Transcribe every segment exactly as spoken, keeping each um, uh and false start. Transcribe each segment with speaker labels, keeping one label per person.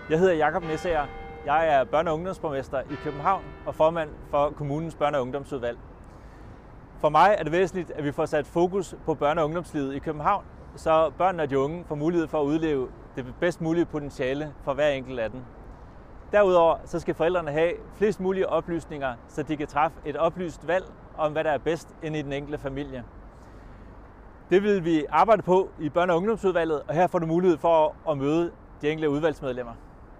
Speaker 1: Jeg hedder Jakob Næsager. Jeg er børne- og ungdomsborgmester i København og formand for kommunens børne- og ungdomsudvalg. For mig er det væsentligt, at vi får sat fokus på børne- og ungdomslivet i København, så børnene og de unge får mulighed for at udleve det bedst mulige potentiale for hver enkelt af dem. Derudover så skal forældrene have flest mulige oplysninger, så de kan træffe et oplyst valg om, hvad der er bedst inde i den enkelte familie. Det vil vi arbejde på i børne- og ungdomsudvalget, og her får du mulighed for at møde de enkelte udvalgsmedlemmer.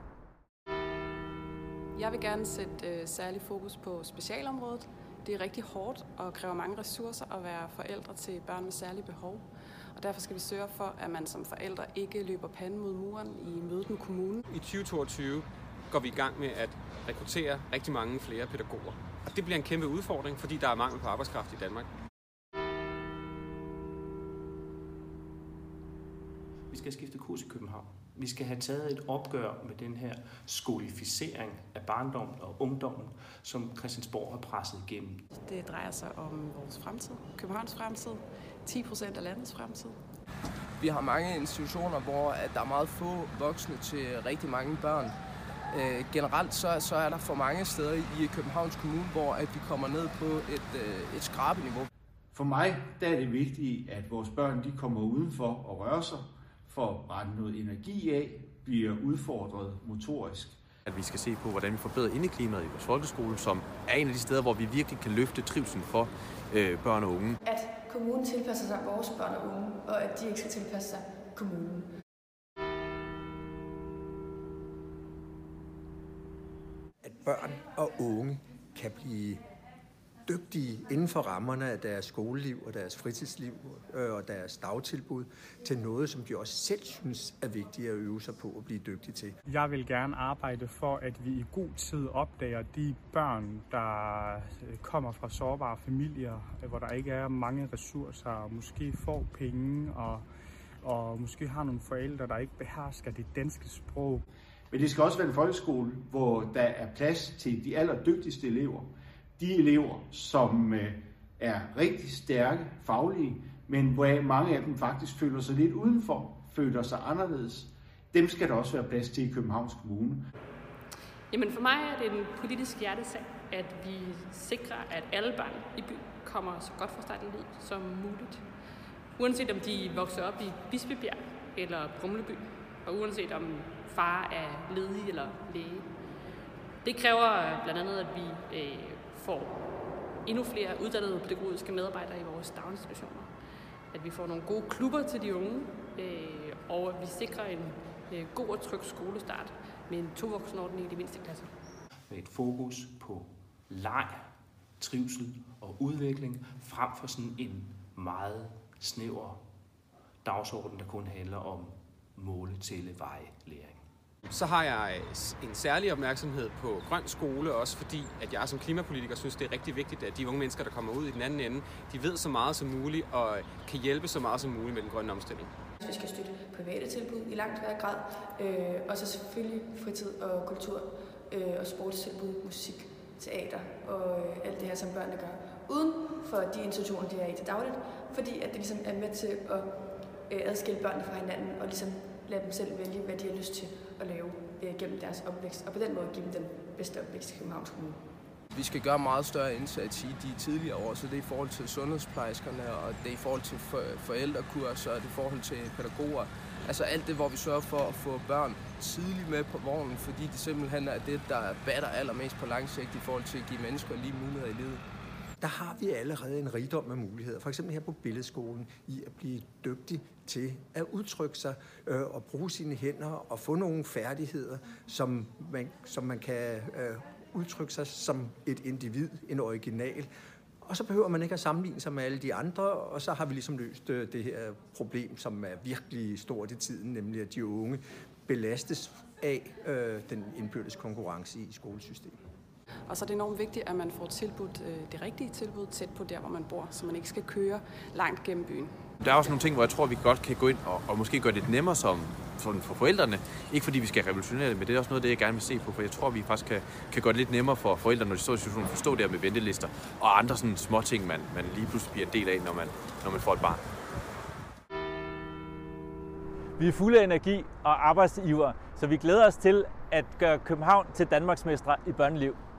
Speaker 2: Jeg vil gerne sætte øh, særlig fokus på specialområdet. Det er rigtig hårdt og kræver mange ressourcer at være forældre til børn med særlige behov. Og derfor skal vi sørge for, at man som forældre ikke løber panden mod muren i mødet med kommunen.
Speaker 3: I tyve toogtyve går vi i gang med at rekruttere rigtig mange flere pædagoger. Og det bliver en kæmpe udfordring, fordi der er mangel på arbejdskraft i Danmark.
Speaker 4: Vi skal skifte kurs i København. Vi skal have taget et opgør med den her skolificering af barndommen og ungdommen, som Christiansborg har presset igennem.
Speaker 2: Det drejer sig om vores fremtid, Københavns fremtid, ti procent af landets fremtid.
Speaker 5: Vi har mange institutioner, hvor der er meget få voksne til rigtig mange børn. Øh, generelt så, så er der for mange steder i Københavns Kommune, hvor at vi kommer ned på et, øh, et skrabeniveau.
Speaker 6: For mig der er det vigtigt, at vores børn de kommer udenfor og rører sig, for at brænde noget energi af, bliver udfordret motorisk.
Speaker 7: At vi skal se på, hvordan vi forbedrer indeklimaet i vores folkeskole, som er en af de steder, hvor vi virkelig kan løfte trivslen for øh, børn og unge.
Speaker 8: At kommunen tilpasser sig vores børn og unge, og at de ikke skal tilpasse sig kommunen.
Speaker 9: At børn og unge kan blive dygtige inden for rammerne af deres skoleliv og deres fritidsliv øh, og deres dagtilbud til noget, som de også selv synes er vigtigt at øve sig på at blive dygtige til.
Speaker 10: Jeg vil gerne arbejde for, at vi i god tid opdager de børn, der kommer fra sårbare familier, hvor der ikke er mange ressourcer, og måske får penge og, og måske har nogle forældre, der ikke behersker det danske sprog.
Speaker 6: Men det skal også være en folkeskole, hvor der er plads til de allerdygtigste elever. De elever, som er rigtig stærke, faglige, men hvor mange af dem faktisk føler sig lidt udenfor, føler sig anderledes. Dem skal der også være plads til i Københavns Kommune.
Speaker 11: Jamen for mig er det en politisk hjertesag, at vi sikrer, at alle børn i byen kommer så godt fra start i livet som muligt. Uanset om de vokser op i Bispebjerg eller Brumleby, og uanset om far er ledig eller læge. Det kræver blandt andet, at vi øh, får endnu flere uddannede pædagogiske medarbejdere i vores daginstitutioner. At vi får nogle gode klubber til de unge, øh, og at vi sikrer en øh, god og tryg skolestart med en tovoksenordning i de mindste klasser.
Speaker 4: Med et fokus på leg, trivsel og udvikling, frem for sådan en meget snæver dagsorden, der kun handler om måle, tælle, veje, læring.
Speaker 3: Så har jeg en særlig opmærksomhed på grøn skole, også fordi at jeg som klimapolitiker synes, det er rigtig vigtigt, at de unge mennesker, der kommer ud i den anden ende, de ved så meget som muligt og kan hjælpe så meget som muligt med den grønne omstilling.
Speaker 8: Vi skal støtte private tilbud i langt højere grad, øh, og så selvfølgelig fritid og kultur øh, og sportstilbud, musik, teater og øh, alt det her, som børnene gør, uden for de institutioner, de er i til dagligt, fordi at det ligesom er med til at øh, adskille børnene fra hinanden og ligesom lade dem selv vælge, hvad de har lyst til at lave øh, gennem deres opvækst, og på den måde give dem den bedste opvækst i Københavns Kommune.
Speaker 5: Vi skal gøre meget større indsats i de tidligere år, så det er i forhold til sundhedsplejerskerne, og det er i forhold til forældrekurser, og det er i forhold til pædagoger. Altså alt det, hvor vi sørger for at få børn tidligt med på vognen, fordi det simpelthen er det, der batter allermest på lang sigt i forhold til at give mennesker lige muligheder i livet.
Speaker 9: Der har vi allerede en rigdom af muligheder, for eksempel her på billedskolen, i at blive dygtig til at udtrykke sig øh, og bruge sine hænder og få nogle færdigheder, som man, som man kan øh, udtrykke sig som et individ, en original. Og så behøver man ikke at sammenligne sig med alle de andre, og så har vi ligesom løst øh, det her problem, som er virkelig stort i tiden, nemlig at de unge belastes af øh, den indbyrdes konkurrence i skolesystemet.
Speaker 2: Og så er det enormt vigtigt, at man får tilbudt øh, det rigtige tilbud tæt på der, hvor man bor, så man ikke skal køre langt gennem byen.
Speaker 7: Der er også nogle ting, hvor jeg tror, vi godt kan gå ind og, og måske gøre det lidt nemmere som, sådan for forældrene. Ikke fordi vi skal revolutionere det, men det er også noget af det, jeg gerne vil se på, for jeg tror, vi faktisk kan, kan gøre det lidt nemmere for forældrene, når de står i situationen, forstå det her med ventelister og andre sådan små ting, man, man lige pludselig bliver en del af, når man, når man får et barn.
Speaker 1: Vi er fulde af energi og arbejdsiver, så vi glæder os til at gøre København til Danmarksmestre i børneliv.